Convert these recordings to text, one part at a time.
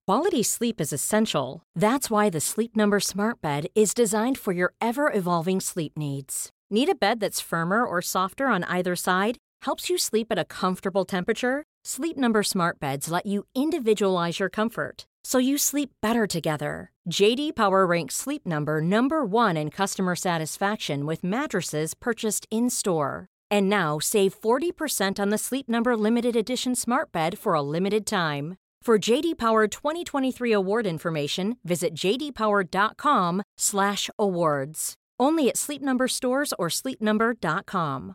Quality sleep is essential. That's why the Sleep Number Smart Bed is designed for your ever-evolving sleep needs. Need a bed that's firmer or softer on either side? Helps you sleep at a comfortable temperature? Sleep Number Smart Beds let you individualize your comfort, so you sleep better together. J.D. Power ranks Sleep Number number 1 in customer satisfaction with mattresses purchased in-store. And now, save 40% on the Sleep Number Limited Edition Smart Bed for a limited time. For J.D. Power 2023 award information, visit jdpower.com/awards. Only at Sleep Number stores or sleepnumber.com.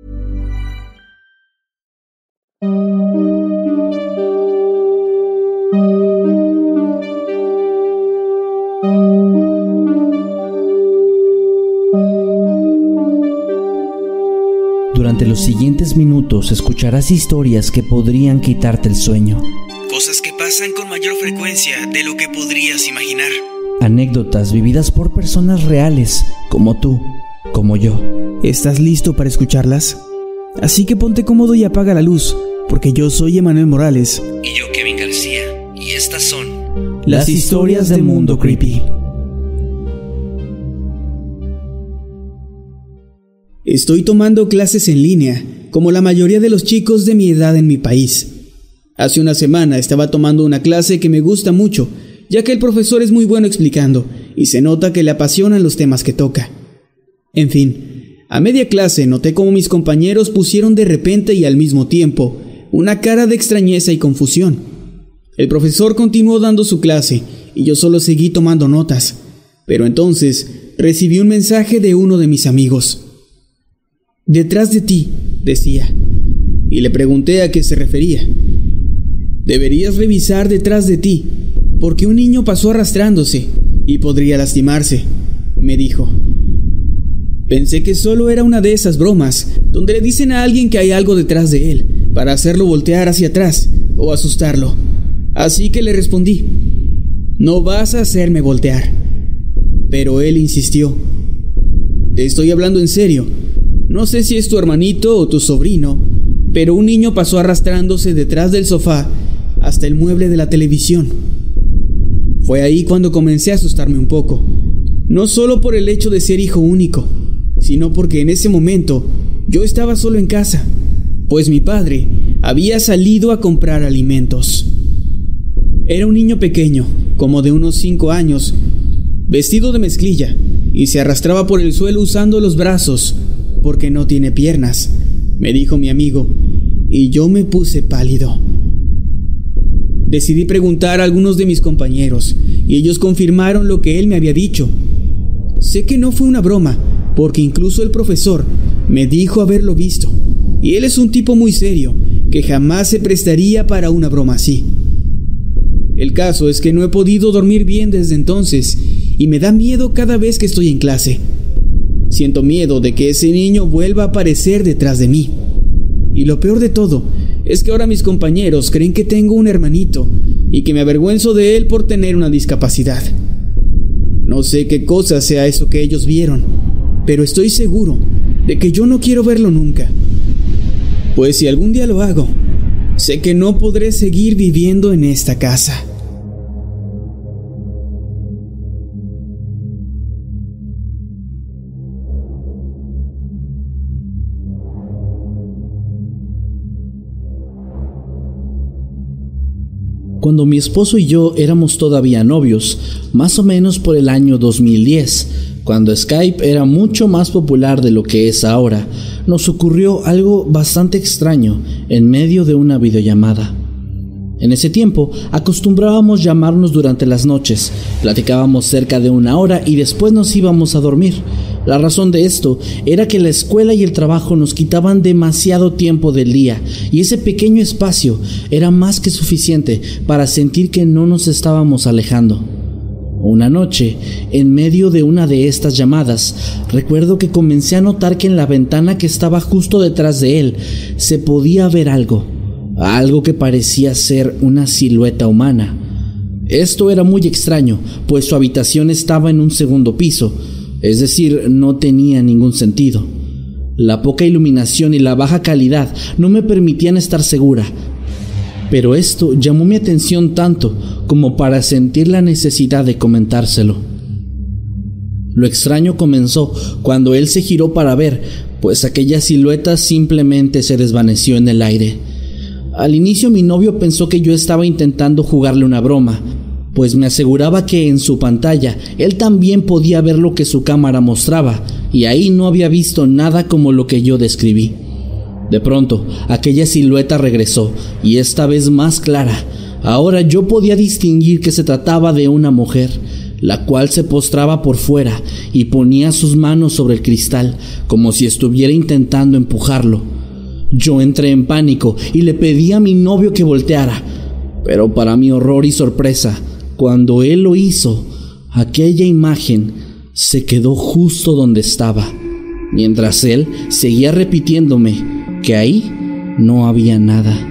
Durante los siguientes minutos escucharás historias que podrían quitarte el sueño. Cosas que pasan con mayor frecuencia de lo que podrías imaginar. Anécdotas vividas por personas reales, como tú, como yo. ¿Estás listo para escucharlas? Así que ponte cómodo y apaga la luz, porque yo soy Emanuel Morales. Y yo, Kevin García. Y estas son las historias de Mundo Creepy. Estoy tomando clases en línea, como la mayoría de los chicos de mi edad en mi país. Hace una semana estaba tomando una clase que me gusta mucho, ya que el profesor es muy bueno explicando y se nota que le apasionan los temas que toca. En fin, a media clase noté cómo mis compañeros pusieron de repente y al mismo tiempo una cara de extrañeza y confusión. El profesor continuó dando su clase y yo solo seguí tomando notas, pero entonces recibí un mensaje de uno de mis amigos. «Detrás de ti», decía, y le pregunté a qué se refería. «Deberías revisar detrás de ti, porque un niño pasó arrastrándose y podría lastimarse», me dijo. Pensé que solo era una de esas bromas donde le dicen a alguien que hay algo detrás de él para hacerlo voltear hacia atrás o asustarlo. Así que le respondí: «No vas a hacerme voltear». Pero él insistió: «Te estoy hablando en serio. No sé si es tu hermanito o tu sobrino, pero un niño pasó arrastrándose detrás del sofá hasta el mueble de la televisión». Fue ahí cuando comencé a asustarme un poco, no solo por el hecho de ser hijo único, sino porque en ese momento yo estaba solo en casa, pues mi padre había salido a comprar alimentos. Era un niño pequeño, como de unos 5 años, vestido de mezclilla, y se arrastraba por el suelo usando los brazos, porque no tiene piernas, me dijo mi amigo, y yo me puse pálido. Decidí preguntar a algunos de mis compañeros, y ellos confirmaron lo que él me había dicho. Sé que no fue una broma, porque incluso el profesor me dijo haberlo visto, y él es un tipo muy serio, que jamás se prestaría para una broma así. El caso es que no he podido dormir bien desde entonces, y me da miedo cada vez que estoy en clase. Siento miedo de que ese niño vuelva a aparecer detrás de mí. Y lo peor de todo es que ahora mis compañeros creen que tengo un hermanito y que me avergüenzo de él por tener una discapacidad. No sé qué cosa sea eso que ellos vieron, pero estoy seguro de que yo no quiero verlo nunca. Pues si algún día lo hago, sé que no podré seguir viviendo en esta casa. Cuando mi esposo y yo éramos todavía novios, más o menos por el año 2010, cuando Skype era mucho más popular de lo que es ahora, nos ocurrió algo bastante extraño en medio de una videollamada. En ese tiempo acostumbrábamos llamarnos durante las noches, platicábamos cerca de 1 hora y después nos íbamos a dormir. La razón de esto era que la escuela y el trabajo nos quitaban demasiado tiempo del día y ese pequeño espacio era más que suficiente para sentir que no nos estábamos alejando. Una noche, en medio de una de estas llamadas, recuerdo que comencé a notar que en la ventana que estaba justo detrás de él se podía ver algo que parecía ser una silueta humana. Esto era muy extraño, pues su habitación estaba en un segundo piso, es decir, no tenía ningún sentido. La poca iluminación y la baja calidad no me permitían estar segura. pero esto llamó mi atención tanto como para sentir la necesidad de comentárselo. Lo extraño comenzó cuando él se giró para ver, pues aquella silueta simplemente se desvaneció en el aire. Al inicio mi novio pensó que yo estaba intentando jugarle una broma, pues me aseguraba que en su pantalla él también podía ver lo que su cámara mostraba, y ahí no había visto nada como lo que yo describí. De pronto, aquella silueta regresó, y esta vez más clara. Ahora yo podía distinguir que se trataba de una mujer, la cual se postraba por fuera y ponía sus manos sobre el cristal, como si estuviera intentando empujarlo. Yo entré en pánico y le pedí a mi novio que volteara, pero para mi horror y sorpresa, cuando él lo hizo, aquella imagen se quedó justo donde estaba, mientras él seguía repitiéndome que ahí no había nada.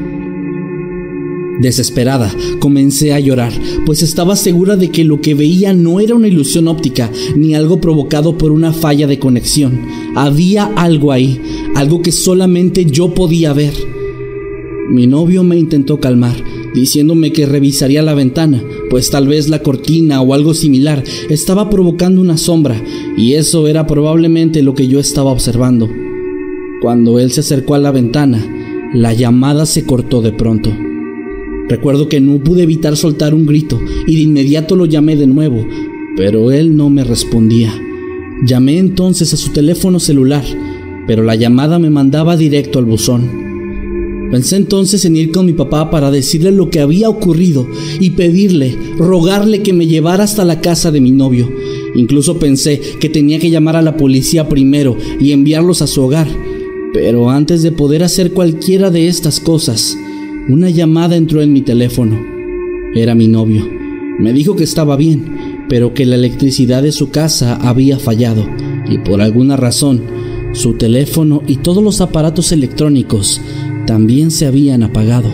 Desesperada, comencé a llorar, pues estaba segura de que lo que veía no era una ilusión óptica, ni algo provocado por una falla de conexión. Había algo ahí, algo que solamente yo podía ver. Mi novio me intentó calmar, diciéndome que revisaría la ventana, pues tal vez la cortina o algo similar estaba provocando una sombra, y eso era probablemente lo que yo estaba observando. Cuando él se acercó a la ventana, la llamada se cortó de pronto. Recuerdo que no pude evitar soltar un grito y de inmediato lo llamé de nuevo, pero él no me respondía. Llamé entonces a su teléfono celular, pero la llamada me mandaba directo al buzón. Pensé entonces en ir con mi papá para decirle lo que había ocurrido y pedirle, rogarle que me llevara hasta la casa de mi novio. Incluso pensé que tenía que llamar a la policía primero y enviarlos a su hogar, pero antes de poder hacer cualquiera de estas cosas, una llamada entró en mi teléfono. Era mi novio. Me dijo que estaba bien, pero que la electricidad de su casa había fallado y por alguna razón su teléfono y todos los aparatos electrónicos también se habían apagado.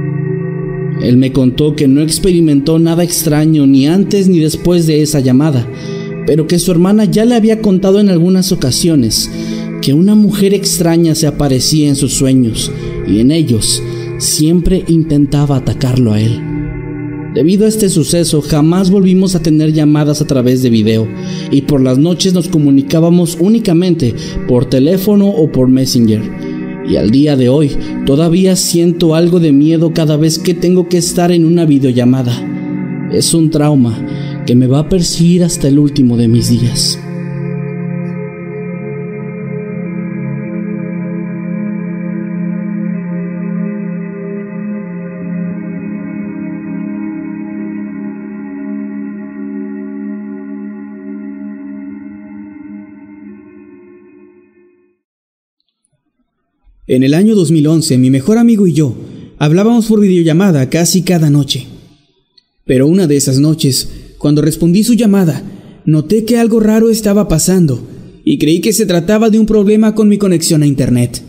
Él me contó que no experimentó nada extraño ni antes ni después de esa llamada, pero que su hermana ya le había contado en algunas ocasiones que una mujer extraña se aparecía en sus sueños y en ellos siempre intentaba atacarlo a él. Debido a este suceso, jamás volvimos a tener llamadas a través de video y por las noches nos comunicábamos únicamente por teléfono o por Messenger. Y al día de hoy, todavía siento algo de miedo cada vez que tengo que estar en una videollamada. Es un trauma que me va a perseguir hasta el último de mis días. En el año 2011, mi mejor amigo y yo hablábamos por videollamada casi cada noche. Pero una de esas noches, cuando respondí su llamada, noté que algo raro estaba pasando y creí que se trataba de un problema con mi conexión a internet.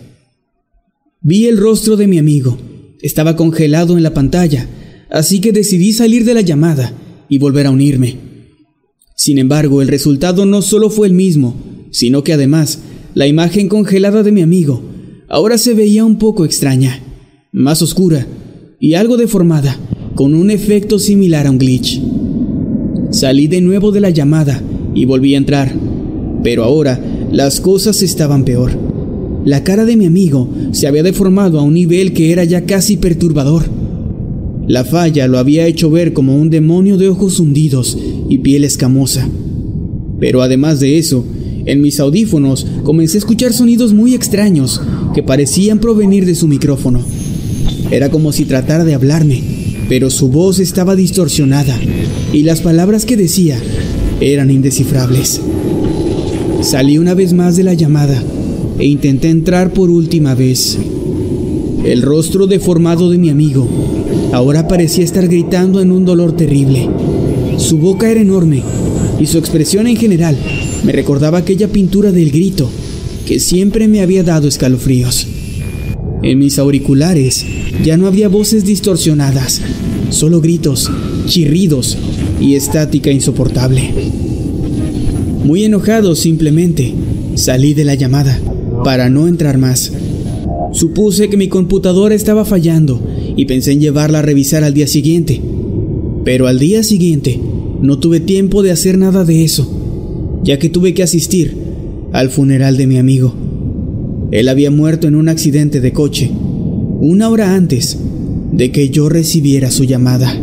Vi el rostro de mi amigo. Estaba congelado en la pantalla, así que decidí salir de la llamada y volver a unirme. Sin embargo, el resultado no solo fue el mismo, sino que además, la imagen congelada de mi amigo ahora se veía un poco extraña, más oscura y algo deformada, con un efecto similar a un glitch. Salí de nuevo de la llamada y volví a entrar, pero ahora las cosas estaban peor. La cara de mi amigo se había deformado a un nivel que era ya casi perturbador. La falla lo había hecho ver como un demonio de ojos hundidos y piel escamosa. Pero además de eso, en mis audífonos comencé a escuchar sonidos muy extraños que parecían provenir de su micrófono. Era como si tratara de hablarme, pero su voz estaba distorsionada y las palabras que decía eran indescifrables. Salí una vez más de la llamada e intenté entrar por última vez. El rostro deformado de mi amigo ahora parecía estar gritando en un dolor terrible. Su boca era enorme y su expresión en general me recordaba aquella pintura del grito que siempre me había dado escalofríos. En mis auriculares ya no había voces distorsionadas, solo gritos, chirridos y estática insoportable. Muy enojado, simplemente salí de la llamada para no entrar más. Supuse que mi computadora estaba fallando y pensé en llevarla a revisar al día siguiente. Pero al día siguiente no tuve tiempo de hacer nada de eso, ya que tuve que asistir al funeral de mi amigo. Él había muerto en un accidente de coche, 1 hora antes de que yo recibiera su llamada.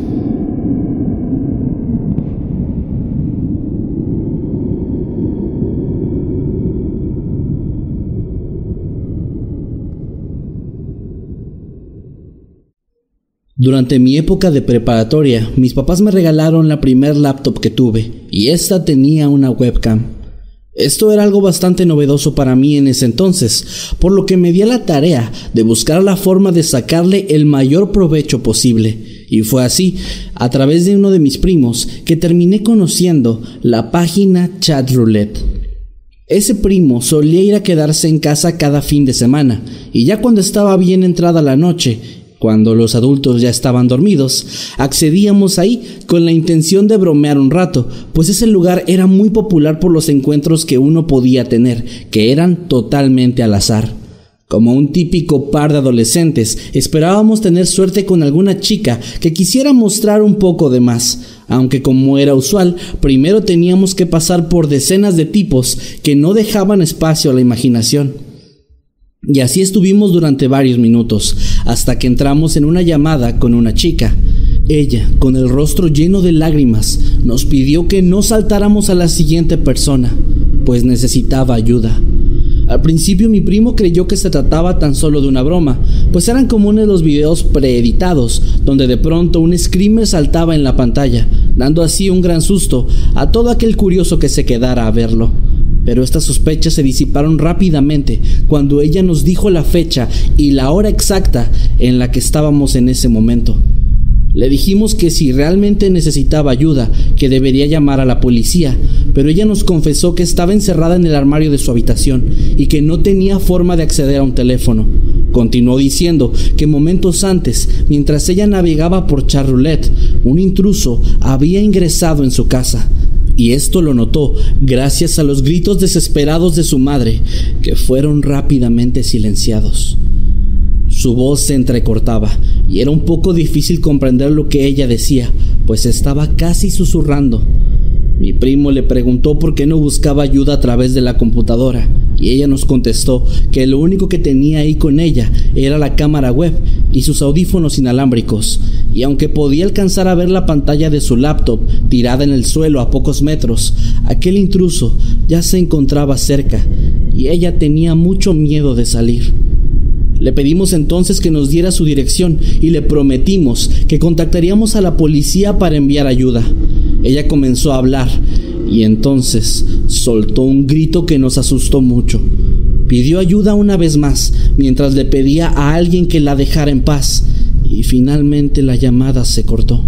Durante mi época de preparatoria, mis papás me regalaron la primer laptop que tuve, y esta tenía una webcam. Esto era algo bastante novedoso para mí en ese entonces, por lo que me di a la tarea de buscar la forma de sacarle el mayor provecho posible. Y fue así, a través de uno de mis primos, que terminé conociendo la página Chatroulette. Ese primo solía ir a quedarse en casa cada fin de semana, y ya cuando estaba bien entrada la noche, cuando los adultos ya estaban dormidos, accedíamos ahí con la intención de bromear un rato, pues ese lugar era muy popular por los encuentros que uno podía tener, que eran totalmente al azar. Como un típico par de adolescentes, esperábamos tener suerte con alguna chica que quisiera mostrar un poco de más, aunque como era usual, primero teníamos que pasar por decenas de tipos que no dejaban espacio a la imaginación. Y así estuvimos durante varios minutos, hasta que entramos en una llamada con una chica. Ella, con el rostro lleno de lágrimas, nos pidió que no saltáramos a la siguiente persona, pues necesitaba ayuda. Al principio mi primo creyó que se trataba tan solo de una broma, pues eran comunes los videos preeditados, donde de pronto un screamer saltaba en la pantalla, dando así un gran susto a todo aquel curioso que se quedara a verlo. Pero estas sospechas se disiparon rápidamente cuando ella nos dijo la fecha y la hora exacta en la que estábamos en ese momento. Le dijimos que si realmente necesitaba ayuda, que debería llamar a la policía, pero ella nos confesó que estaba encerrada en el armario de su habitación y que no tenía forma de acceder a un teléfono. Continuó diciendo que momentos antes, mientras ella navegaba por Chatroulette, un intruso había ingresado en su casa. Y esto lo notó gracias a los gritos desesperados de su madre, que fueron rápidamente silenciados. Su voz se entrecortaba y era un poco difícil comprender lo que ella decía, pues estaba casi susurrando. Mi primo le preguntó por qué no buscaba ayuda a través de la computadora, y ella nos contestó que lo único que tenía ahí con ella era la cámara web y sus audífonos inalámbricos, y aunque podía alcanzar a ver la pantalla de su laptop tirada en el suelo a pocos metros, aquel intruso ya se encontraba cerca, y ella tenía mucho miedo de salir. Le pedimos entonces que nos diera su dirección y le prometimos que contactaríamos a la policía para enviar ayuda. Ella comenzó a hablar y entonces soltó un grito que nos asustó mucho. Pidió ayuda una vez más mientras le pedía a alguien que la dejara en paz y finalmente la llamada se cortó.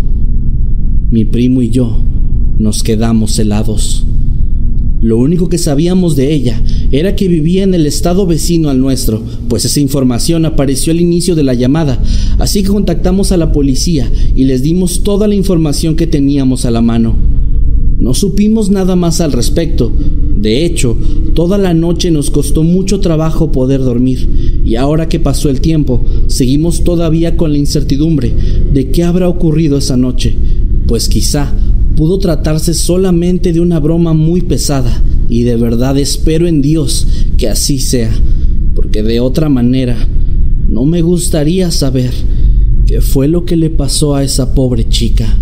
Mi primo y yo nos quedamos helados. Lo único que sabíamos de ella era que vivía en el estado vecino al nuestro, pues esa información apareció al inicio de la llamada, así que contactamos a la policía y les dimos toda la información que teníamos a la mano. No supimos nada más al respecto. De hecho, toda la noche nos costó mucho trabajo poder dormir, y ahora que pasó el tiempo, seguimos todavía con la incertidumbre de qué habrá ocurrido esa noche, pues quizá pudo tratarse solamente de una broma muy pesada, y de verdad espero en Dios que así sea, porque de otra manera no me gustaría saber qué fue lo que le pasó a esa pobre chica.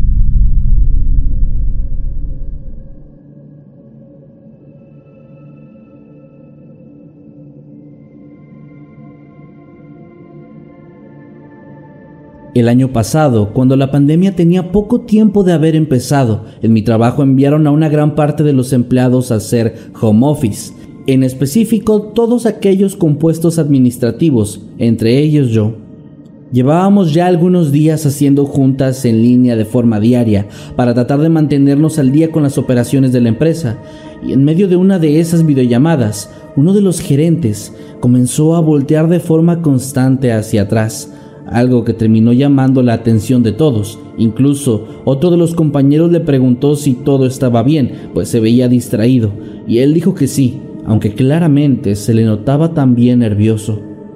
El año pasado, cuando la pandemia tenía poco tiempo de haber empezado, en mi trabajo enviaron a una gran parte de los empleados a hacer home office, en específico todos aquellos con puestos administrativos, entre ellos yo. Llevábamos ya algunos días haciendo juntas en línea de forma diaria para tratar de mantenernos al día con las operaciones de la empresa, y en medio de una de esas videollamadas, uno de los gerentes comenzó a voltear de forma constante hacia atrás, algo que terminó llamando la atención de todos. Incluso otro de los compañeros le preguntó si todo estaba bien, pues se veía distraído, y él dijo que sí, aunque claramente se le notaba también nervioso.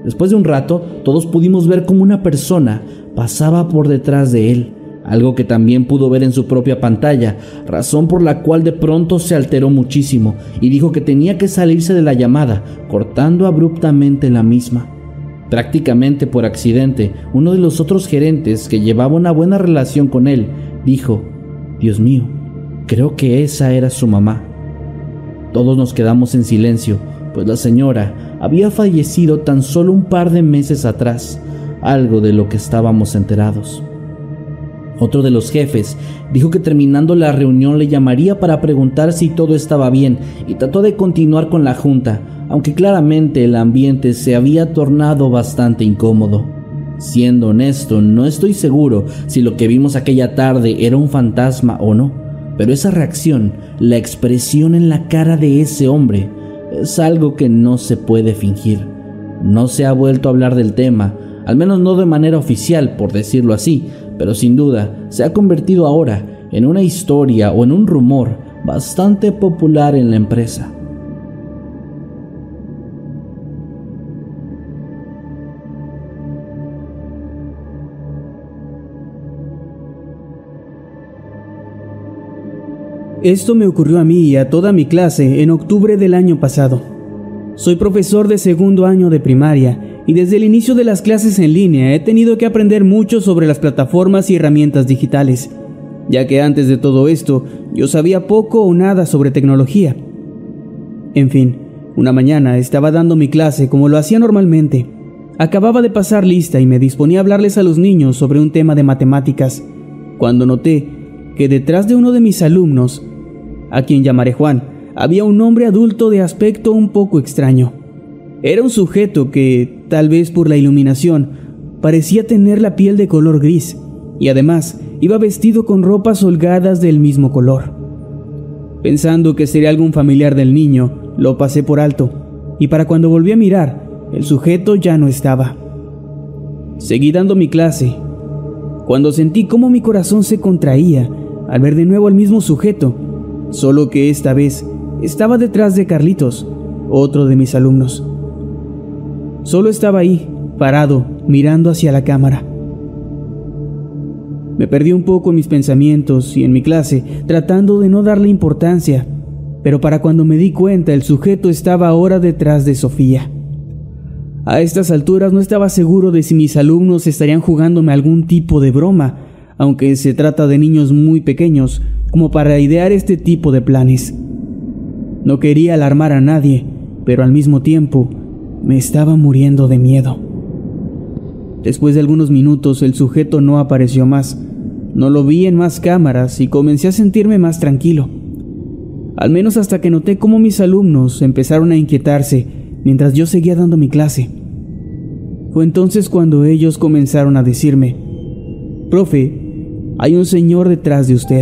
Después de un rato, todos pudimos ver cómo una persona pasaba por detrás de él, algo que también pudo ver en su propia pantalla, razón por la cual de pronto se alteró muchísimo y dijo que tenía que salirse de la llamada, cortando abruptamente la misma. Prácticamente por accidente, uno de los otros gerentes, que llevaba una buena relación con él, dijo: «Dios mío, creo que esa era su mamá». Todos nos quedamos en silencio, pues la señora había fallecido tan solo un par de meses atrás, algo de lo que estábamos enterados. Otro de los jefes dijo que terminando la reunión le llamaría para preguntar si todo estaba bien y trató de continuar con la junta, aunque claramente el ambiente se había tornado bastante incómodo. Siendo honesto, no estoy seguro si lo que vimos aquella tarde era un fantasma o no, pero esa reacción, la expresión en la cara de ese hombre, es algo que no se puede fingir. No se ha vuelto a hablar del tema, al menos no de manera oficial, por decirlo así, pero sin duda se ha convertido ahora en una historia o en un rumor bastante popular en la empresa. Esto me ocurrió a mí y a toda mi clase en octubre del año pasado. Soy profesor de segundo año de primaria y desde el inicio de las clases en línea he tenido que aprender mucho sobre las plataformas y herramientas digitales, ya que antes de todo esto yo sabía poco o nada sobre tecnología. En fin, una mañana estaba dando mi clase como lo hacía normalmente. Acababa de pasar lista y me disponía a hablarles a los niños sobre un tema de matemáticas, cuando noté que detrás de uno de mis alumnos, a quien llamaré Juan, había un hombre adulto de aspecto un poco extraño. Era un sujeto que, tal vez por la iluminación, parecía tener la piel de color gris y además iba vestido con ropas holgadas del mismo color. Pensando que sería algún familiar del niño, lo pasé por alto y para cuando volví a mirar, el sujeto ya no estaba. Seguí dando mi clase, cuando sentí cómo mi corazón se contraía al ver de nuevo al mismo sujeto, solo que esta vez estaba detrás de Carlitos, otro de mis alumnos. Solo estaba ahí, parado, mirando hacia la cámara. Me perdí un poco en mis pensamientos y en mi clase, tratando de no darle importancia, pero para cuando me di cuenta, el sujeto estaba ahora detrás de Sofía. A estas alturas no estaba seguro de si mis alumnos estarían jugándome algún tipo de broma, aunque se trata de niños muy pequeños, como para idear este tipo de planes. No quería alarmar a nadie, pero al mismo tiempo me estaba muriendo de miedo. Después de algunos minutos el sujeto no apareció más. No lo vi en más cámaras y comencé a sentirme más tranquilo. Al menos hasta que noté cómo mis alumnos empezaron a inquietarse mientras yo seguía dando mi clase. Fue entonces cuando ellos comenzaron a decirme: «Profe, hay un señor detrás de usted».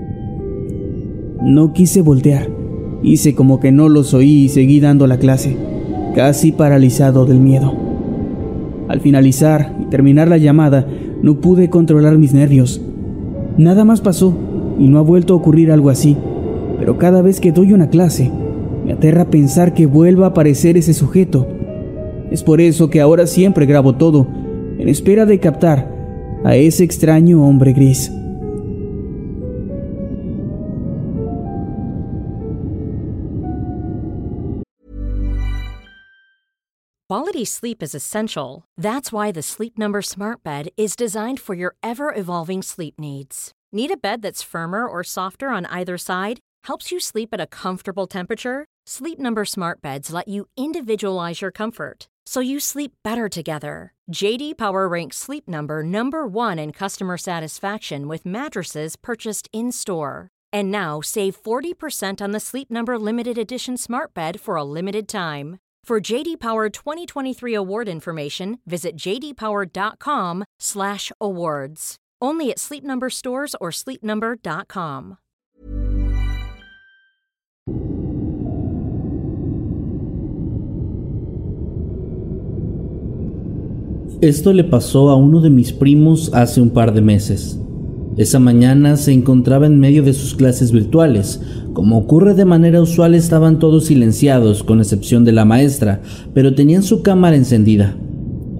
No quise voltear. Hice como que no los oí y seguí dando la clase, casi paralizado del miedo. Al finalizar y terminar la llamada, no pude controlar mis nervios. Nada más pasó y no ha vuelto a ocurrir algo así, pero cada vez que doy una clase, me aterra pensar que vuelva a aparecer ese sujeto. Es por eso que ahora siempre grabo todo, en espera de captar a ese extraño hombre gris. Quality sleep is essential. That's why the Sleep Number Smart Bed is designed for your ever-evolving sleep needs. Need a bed that's firmer or softer on either side? Helps you sleep at a comfortable temperature? Sleep Number Smart Beds let you individualize your comfort, so you sleep better together. J.D. Power ranks Sleep Number number 1 in customer satisfaction with mattresses purchased in-store. And now save 40% on the Sleep Number Limited Edition Smart Bed for a limited time. For J.D. Power 2023 award information, visit jdpower.com/awards. Only at Sleep Number stores or sleepnumber.com. Esto le pasó a uno de mis primos hace un par de meses. Esa mañana se encontraba en medio de sus clases virtuales. Como ocurre de manera usual, estaban todos silenciados, con excepción de la maestra, pero tenían su cámara encendida.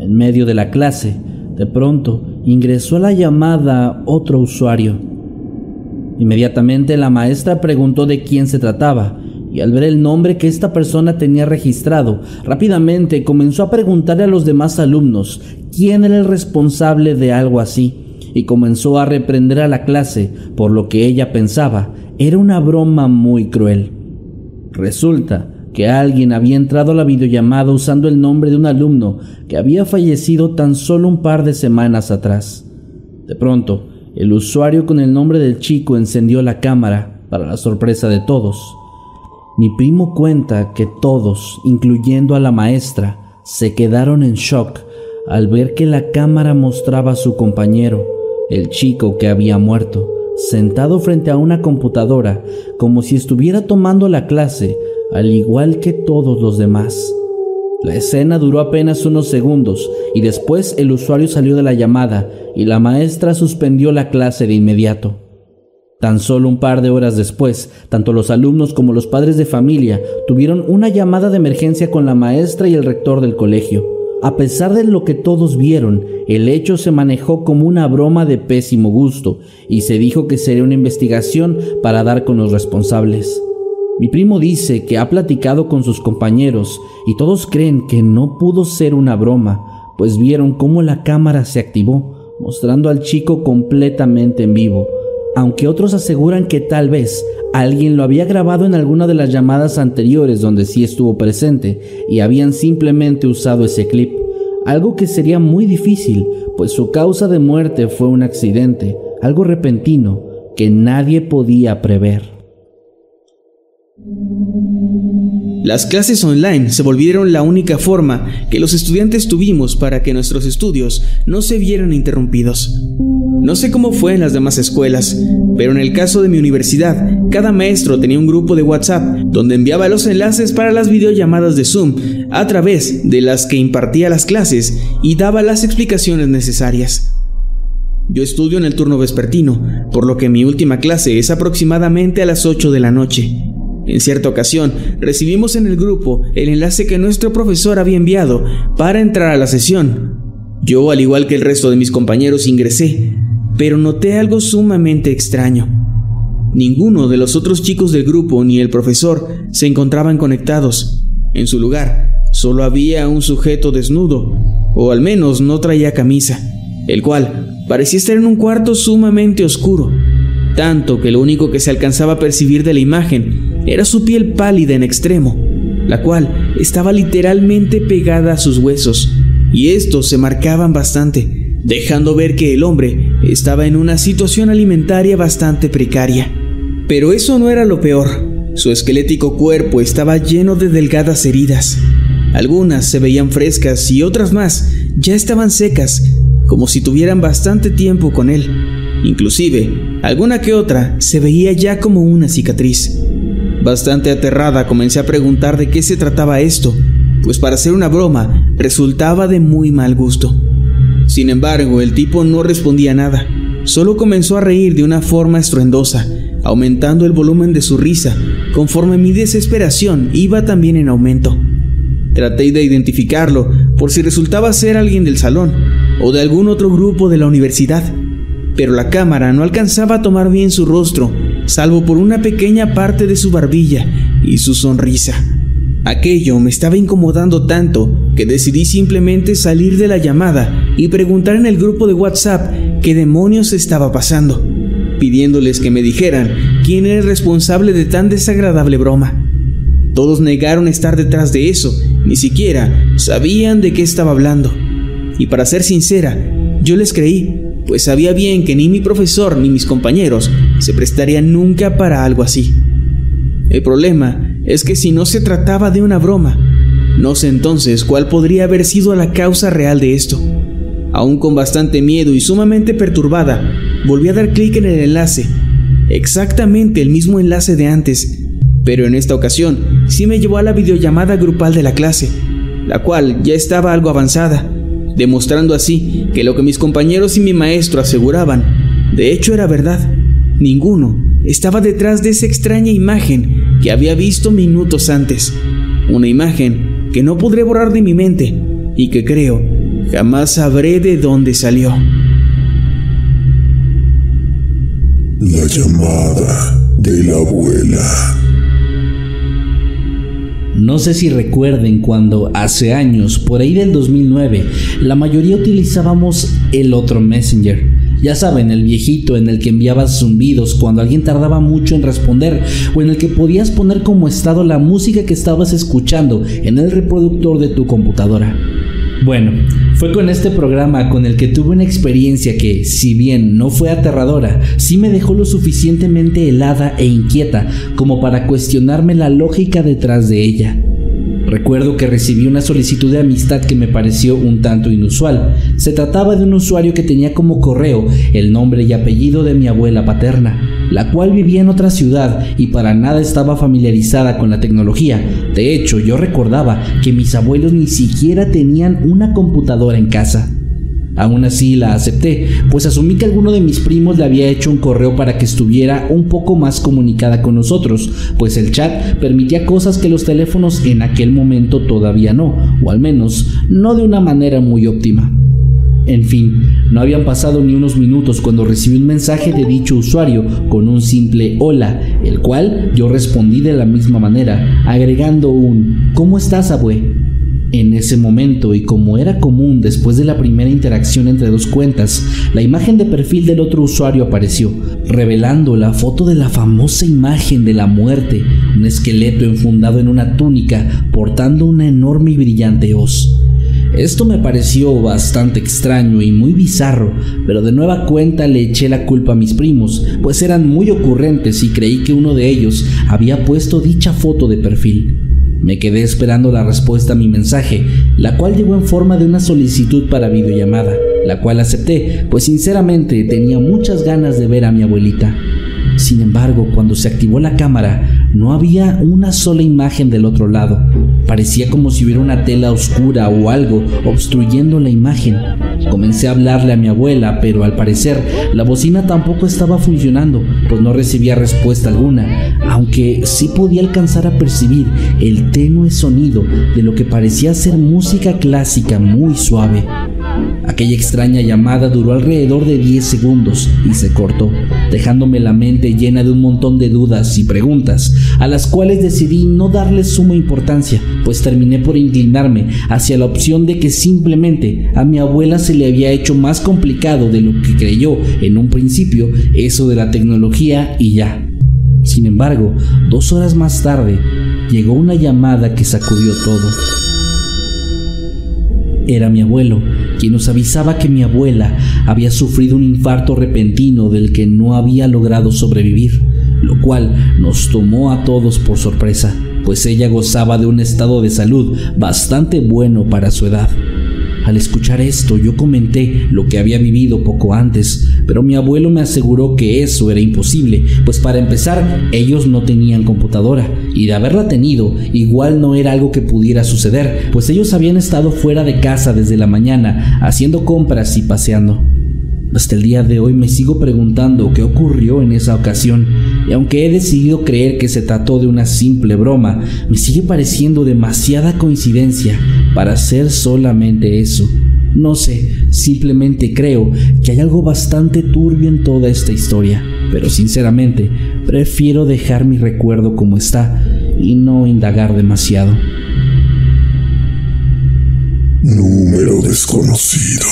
En medio de la clase, de pronto, ingresó a la llamada otro usuario. Inmediatamente la maestra preguntó de quién se trataba, y al ver el nombre que esta persona tenía registrado, rápidamente comenzó a preguntarle a los demás alumnos quién era el responsable de algo así, y comenzó a reprender a la clase por lo que ella pensaba era una broma muy cruel. Resulta que alguien había entrado a la videollamada usando el nombre de un alumno que había fallecido tan solo un par de semanas atrás. De pronto, el usuario con el nombre del chico encendió la cámara, para la sorpresa de todos. Mi primo cuenta que todos, incluyendo a la maestra, se quedaron en shock al ver que la cámara mostraba a su compañero, el chico que había muerto, sentado frente a una computadora como si estuviera tomando la clase, al igual que todos los demás. La escena duró apenas unos segundos y después el usuario salió de la llamada y la maestra suspendió la clase de inmediato. Tan solo un par de horas después, tanto los alumnos como los padres de familia tuvieron una llamada de emergencia con la maestra y el rector del colegio. A pesar de lo que todos vieron, el hecho se manejó como una broma de pésimo gusto y se dijo que sería una investigación para dar con los responsables. Mi primo dice que ha platicado con sus compañeros y todos creen que no pudo ser una broma, pues vieron cómo la cámara se activó, mostrando al chico completamente en vivo, aunque otros aseguran que tal vez alguien lo había grabado en alguna de las llamadas anteriores donde sí estuvo presente y habían simplemente usado ese clip, algo que sería muy difícil, pues su causa de muerte fue un accidente, algo repentino que nadie podía prever. Las clases online se volvieron la única forma que los estudiantes tuvimos para que nuestros estudios no se vieran interrumpidos. No sé cómo fue en las demás escuelas, pero en el caso de mi universidad, cada maestro tenía un grupo de WhatsApp donde enviaba los enlaces para las videollamadas de Zoom a través de las que impartía las clases y daba las explicaciones necesarias. Yo estudio en el turno vespertino, por lo que mi última clase es aproximadamente a las 8 de la noche. En cierta ocasión, recibimos en el grupo el enlace que nuestro profesor había enviado para entrar a la sesión. Yo, al igual que el resto de mis compañeros, ingresé, pero noté algo sumamente extraño. Ninguno de los otros chicos del grupo ni el profesor se encontraban conectados. En su lugar, solo había un sujeto desnudo, o al menos no traía camisa, el cual parecía estar en un cuarto sumamente oscuro, tanto que lo único que se alcanzaba a percibir de la imagen era su piel pálida en extremo, la cual estaba literalmente pegada a sus huesos, y estos se marcaban bastante, dejando ver que el hombre estaba en una situación alimentaria bastante precaria. Pero eso no era lo peor. Su esquelético cuerpo estaba lleno de delgadas heridas. Algunas se veían frescas y otras más ya estaban secas, como si tuvieran bastante tiempo con él. Inclusive, alguna que otra se veía ya como una cicatriz. Bastante aterrada, comencé a preguntar de qué se trataba esto, pues para hacer una broma resultaba de muy mal gusto. Sin embargo, el tipo no respondía nada, solo comenzó a reír de una forma estruendosa, aumentando el volumen de su risa, conforme mi desesperación iba también en aumento. Traté de identificarlo por si resultaba ser alguien del salón o de algún otro grupo de la universidad, pero la cámara no alcanzaba a tomar bien su rostro, salvo por una pequeña parte de su barbilla y su sonrisa. Aquello me estaba incomodando tanto que decidí simplemente salir de la llamada y preguntar en el grupo de WhatsApp qué demonios estaba pasando, pidiéndoles que me dijeran quién era el responsable de tan desagradable broma. Todos negaron estar detrás de eso, ni siquiera sabían de qué estaba hablando. Y para ser sincera, yo les creí, pues sabía bien que ni mi profesor ni mis compañeros se prestarían nunca para algo así. El problema es que si no se trataba de una broma, no sé entonces cuál podría haber sido la causa real de esto. Aún con bastante miedo y sumamente perturbada, volví a dar clic en el enlace, exactamente el mismo enlace de antes, pero en esta ocasión sí me llevó a la videollamada grupal de la clase, la cual ya estaba algo avanzada, demostrando así que lo que mis compañeros y mi maestro aseguraban, de hecho era verdad. Ninguno estaba detrás de esa extraña imagen que había visto minutos antes, una imagen que no podré borrar de mi mente y que creo jamás sabré de dónde salió. La llamada de la abuela. No sé si recuerden cuando hace años, por ahí del 2009, la mayoría utilizábamos el otro Messenger. Ya saben, el viejito en el que enviabas zumbidos cuando alguien tardaba mucho en responder, o en el que podías poner como estado la música que estabas escuchando en el reproductor de tu computadora. Bueno, fue con este programa con el que tuve una experiencia que, si bien no fue aterradora, sí me dejó lo suficientemente helada e inquieta como para cuestionarme la lógica detrás de ella. Recuerdo que recibí una solicitud de amistad que me pareció un tanto inusual. Se trataba de un usuario que tenía como correo el nombre y apellido de mi abuela paterna, la cual vivía en otra ciudad y para nada estaba familiarizada con la tecnología. De hecho, yo recordaba que mis abuelos ni siquiera tenían una computadora en casa. Aún así la acepté, pues asumí que alguno de mis primos le había hecho un correo para que estuviera un poco más comunicada con nosotros, pues el chat permitía cosas que los teléfonos en aquel momento todavía no, o al menos no de una manera muy óptima. En fin, no habían pasado ni unos minutos cuando recibí un mensaje de dicho usuario con un simple hola, el cual yo respondí de la misma manera, agregando un ¿cómo estás, abue? En ese momento, y como era común después de la primera interacción entre dos cuentas, la imagen de perfil del otro usuario apareció, revelando la foto de la famosa imagen de la muerte, un esqueleto enfundado en una túnica portando una enorme y brillante hoz. Esto me pareció bastante extraño y muy bizarro, pero de nueva cuenta le eché la culpa a mis primos, pues eran muy ocurrentes y creí que uno de ellos había puesto dicha foto de perfil. Me quedé esperando la respuesta a mi mensaje, la cual llegó en forma de una solicitud para videollamada, la cual acepté, pues sinceramente tenía muchas ganas de ver a mi abuelita. Sin embargo, cuando se activó la cámara, no había una sola imagen del otro lado. Parecía como si hubiera una tela oscura o algo obstruyendo la imagen. Comencé a hablarle a mi abuela, pero al parecer la bocina tampoco estaba funcionando, pues no recibía respuesta alguna, aunque sí podía alcanzar a percibir el tenue sonido de lo que parecía ser música clásica muy suave. Aquella extraña llamada duró alrededor de 10 segundos y se cortó, dejándome la mente llena de un montón de dudas y preguntas, a las cuales decidí no darles suma importancia, pues terminé por inclinarme hacia la opción de que simplemente a mi abuela se le había hecho más complicado de lo que creyó en un principio eso de la tecnología y ya. Sin embargo, 2 horas más tarde, llegó una llamada que sacudió todo. Era mi abuelo, quien nos avisaba que mi abuela había sufrido un infarto repentino del que no había logrado sobrevivir, lo cual nos tomó a todos por sorpresa, pues ella gozaba de un estado de salud bastante bueno para su edad. Al escuchar esto, yo comenté lo que había vivido poco antes, pero mi abuelo me aseguró que eso era imposible, pues para empezar, ellos no tenían computadora, y de haberla tenido, igual no era algo que pudiera suceder, pues ellos habían estado fuera de casa desde la mañana, haciendo compras y paseando. Hasta el día de hoy me sigo preguntando qué ocurrió en esa ocasión, y aunque he decidido creer que se trató de una simple broma, me sigue pareciendo demasiada coincidencia para ser solamente eso. No sé, simplemente creo que hay algo bastante turbio en toda esta historia, pero sinceramente prefiero dejar mi recuerdo como está y no indagar demasiado. Número desconocido.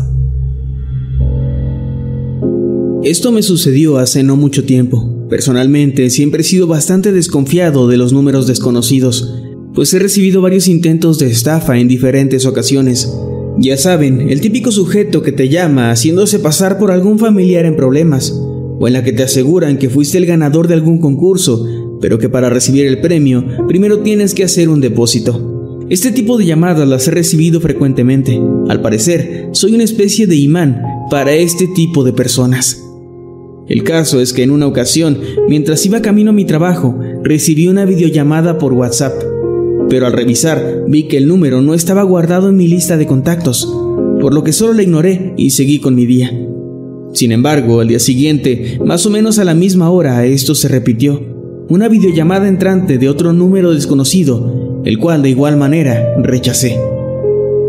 Esto me sucedió hace no mucho tiempo. Personalmente, siempre he sido bastante desconfiado de los números desconocidos, pues he recibido varios intentos de estafa en diferentes ocasiones. Ya saben, el típico sujeto que te llama haciéndose pasar por algún familiar en problemas, o en la que te aseguran que fuiste el ganador de algún concurso, pero que para recibir el premio, primero tienes que hacer un depósito. Este tipo de llamadas las he recibido frecuentemente. Al parecer, soy una especie de imán para este tipo de personas. El caso es que en una ocasión, mientras iba camino a mi trabajo, recibí una videollamada por WhatsApp, pero al revisar vi que el número no estaba guardado en mi lista de contactos, por lo que solo la ignoré y seguí con mi día. Sin embargo, al día siguiente, más o menos a la misma hora, esto se repitió, una videollamada entrante de otro número desconocido, el cual de igual manera rechacé.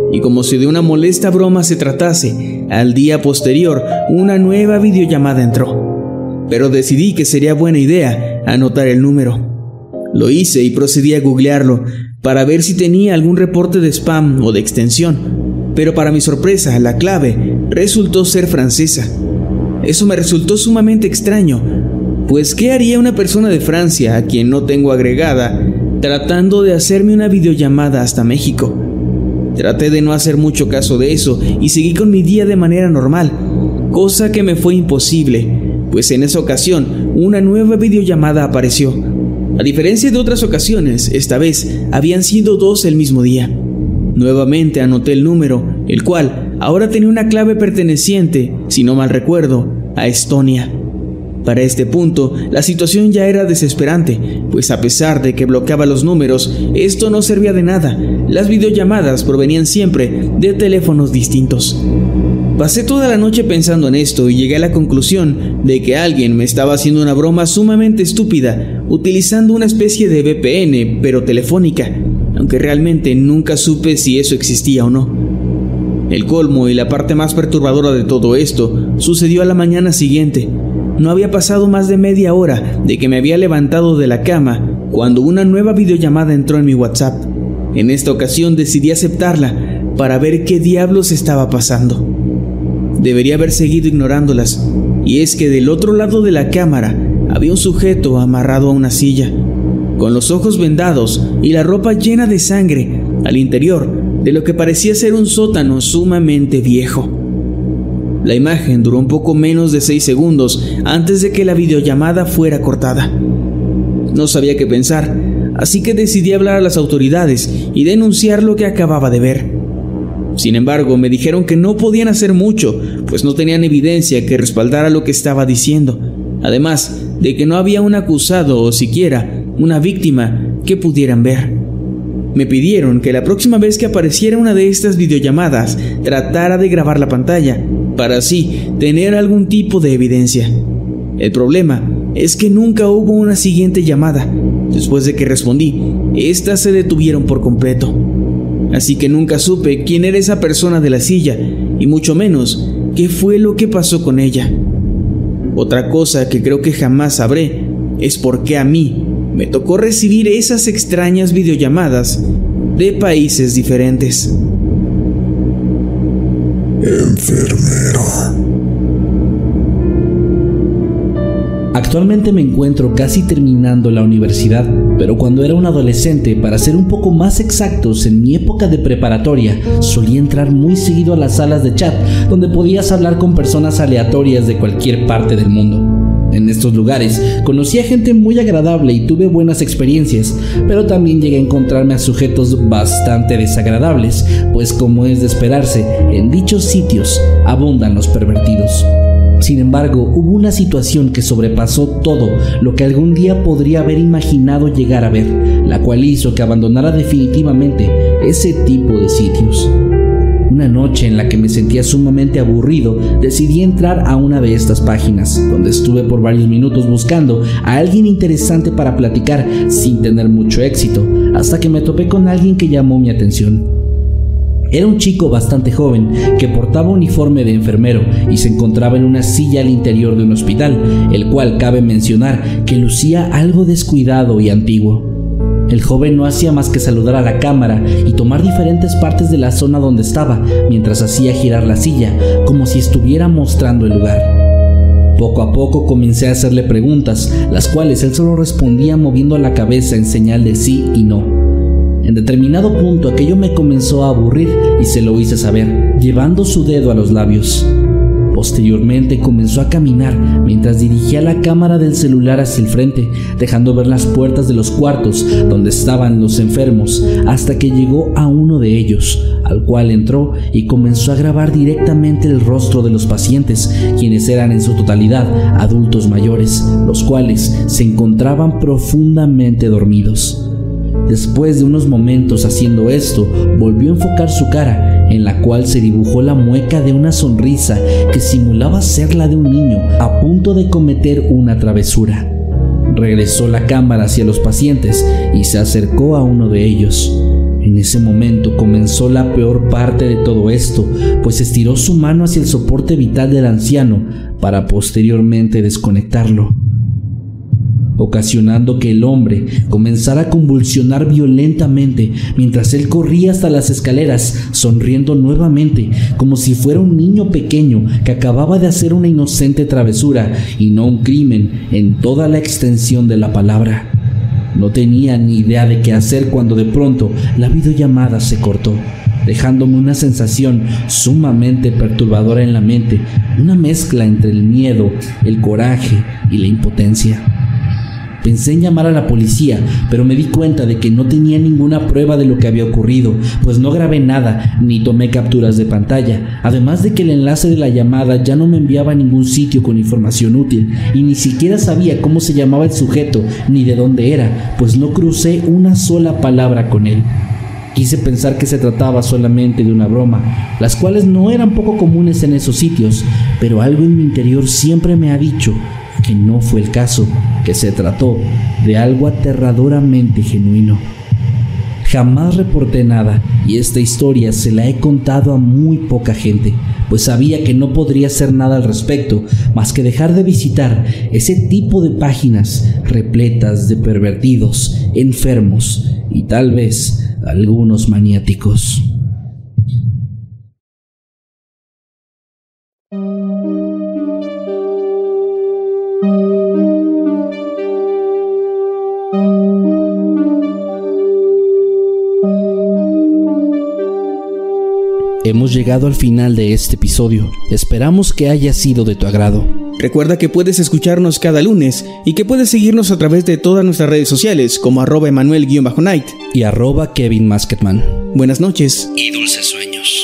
y como si de una molesta broma se tratase, al día posterior una nueva videollamada entró. Pero decidí que sería buena idea anotar el número. Lo hice y procedí a googlearlo para ver si tenía algún reporte de spam o de extensión, pero para mi sorpresa la clave resultó ser francesa. Eso me resultó sumamente extraño, pues ¿qué haría una persona de Francia a quien no tengo agregada tratando de hacerme una videollamada hasta México? Traté de no hacer mucho caso de eso y seguí con mi día de manera normal, cosa que me fue imposible, pues en esa ocasión una nueva videollamada apareció. A diferencia de otras ocasiones, esta vez habían sido 2 el mismo día. Nuevamente anoté el número, el cual ahora tenía una clave perteneciente, si no mal recuerdo, a Estonia. Para este punto, la situación ya era desesperante, pues a pesar de que bloqueaba los números, esto no servía de nada. Las videollamadas provenían siempre de teléfonos distintos. Pasé toda la noche pensando en esto y llegué a la conclusión de que alguien me estaba haciendo una broma sumamente estúpida, utilizando una especie de VPN, pero telefónica, aunque realmente nunca supe si eso existía o no. El colmo y la parte más perturbadora de todo esto sucedió a la mañana siguiente. No había pasado más de media hora de que me había levantado de la cama cuando una nueva videollamada entró en mi WhatsApp. En esta ocasión decidí aceptarla para ver qué diablos estaba pasando. Debería haber seguido ignorándolas, y es que del otro lado de la cámara había un sujeto amarrado a una silla, con los ojos vendados y la ropa llena de sangre al interior de lo que parecía ser un sótano sumamente viejo. La imagen duró un poco menos de 6 segundos antes de que la videollamada fuera cortada. No sabía qué pensar, así que decidí hablar a las autoridades y denunciar lo que acababa de ver. Sin embargo, me dijeron que no podían hacer mucho, pues no tenían evidencia que respaldara lo que estaba diciendo, además de que no había un acusado o siquiera una víctima que pudieran ver. Me pidieron que la próxima vez que apareciera una de estas videollamadas tratara de grabar la pantalla, para así tener algún tipo de evidencia. El problema es que nunca hubo una siguiente llamada. Después de que respondí, estas se detuvieron por completo. Así que nunca supe quién era esa persona de la silla, y mucho menos qué fue lo que pasó con ella. Otra cosa que creo que jamás sabré es por qué a mí me tocó recibir esas extrañas videollamadas de países diferentes. Enfermero. Actualmente me encuentro casi terminando la universidad, pero cuando era un adolescente, para ser un poco más exactos, en mi época de preparatoria, solía entrar muy seguido a las salas de chat, donde podías hablar con personas aleatorias de cualquier parte del mundo. En estos lugares conocí a gente muy agradable y tuve buenas experiencias, pero también llegué a encontrarme a sujetos bastante desagradables, pues como es de esperarse, en dichos sitios abundan los pervertidos. Sin embargo, hubo una situación que sobrepasó todo lo que algún día podría haber imaginado llegar a ver, la cual hizo que abandonara definitivamente ese tipo de sitios. Una noche en la que me sentía sumamente aburrido, decidí entrar a una de estas páginas, donde estuve por varios minutos buscando a alguien interesante para platicar sin tener mucho éxito, hasta que me topé con alguien que llamó mi atención. Era un chico bastante joven que portaba uniforme de enfermero y se encontraba en una silla al interior de un hospital, el cual cabe mencionar que lucía algo descuidado y antiguo. El joven no hacía más que saludar a la cámara y tomar diferentes partes de la zona donde estaba, mientras hacía girar la silla, como si estuviera mostrando el lugar. Poco a poco comencé a hacerle preguntas, las cuales él solo respondía moviendo la cabeza en señal de sí y no. En determinado punto aquello me comenzó a aburrir y se lo hice saber, llevando su dedo a los labios. Posteriormente comenzó a caminar mientras dirigía la cámara del celular hacia el frente, dejando ver las puertas de los cuartos donde estaban los enfermos, hasta que llegó a uno de ellos, al cual entró y comenzó a grabar directamente el rostro de los pacientes, quienes eran en su totalidad adultos mayores, los cuales se encontraban profundamente dormidos. Después de unos momentos haciendo esto, volvió a enfocar su cara, en la cual se dibujó la mueca de una sonrisa que simulaba ser la de un niño a punto de cometer una travesura. Regresó la cámara hacia los pacientes y se acercó a uno de ellos. En ese momento comenzó la peor parte de todo esto, pues estiró su mano hacia el soporte vital del anciano para posteriormente desconectarlo, ocasionando que el hombre comenzara a convulsionar violentamente mientras él corría hasta las escaleras, sonriendo nuevamente como si fuera un niño pequeño que acababa de hacer una inocente travesura y no un crimen en toda la extensión de la palabra. No tenía ni idea de qué hacer cuando de pronto la videollamada se cortó, dejándome una sensación sumamente perturbadora en la mente, una mezcla entre el miedo, el coraje y la impotencia. Pensé en llamar a la policía, pero me di cuenta de que no tenía ninguna prueba de lo que había ocurrido, pues no grabé nada ni tomé capturas de pantalla, además de que el enlace de la llamada ya no me enviaba a ningún sitio con información útil, y ni siquiera sabía cómo se llamaba el sujeto ni de dónde era, pues no crucé una sola palabra con él. Quise pensar que se trataba solamente de una broma, las cuales no eran poco comunes en esos sitios, pero algo en mi interior siempre me ha dicho que no fue el caso, que se trató de algo aterradoramente genuino. Jamás reporté nada y esta historia se la he contado a muy poca gente, pues sabía que no podría hacer nada al respecto más que dejar de visitar ese tipo de páginas repletas de pervertidos, enfermos y tal vez algunos maniáticos. Hemos llegado al final de este episodio. Esperamos que haya sido de tu agrado. Recuerda que puedes escucharnos cada lunes y que puedes seguirnos a través de todas nuestras redes sociales como @Emanuel_Night y @KevinMasketman. Buenas noches y dulces sueños.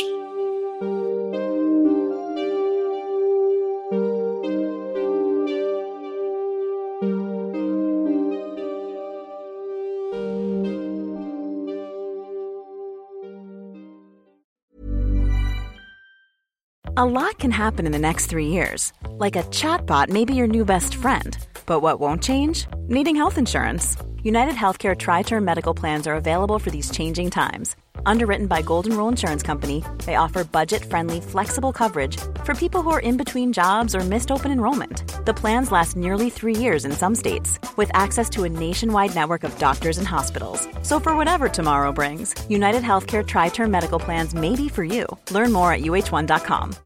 A lot can happen in the next 3 years. Like a chatbot may be your new best friend. But what won't change? Needing health insurance. United Healthcare Tri-Term Medical Plans are available for these changing times. Underwritten by Golden Rule Insurance Company, they offer budget-friendly, flexible coverage for people who are in between jobs or missed open enrollment. The plans last nearly 3 years in some states, with access to a nationwide network of doctors and hospitals. So for whatever tomorrow brings, United Healthcare Tri-Term Medical Plans may be for you. Learn more at uh1.com.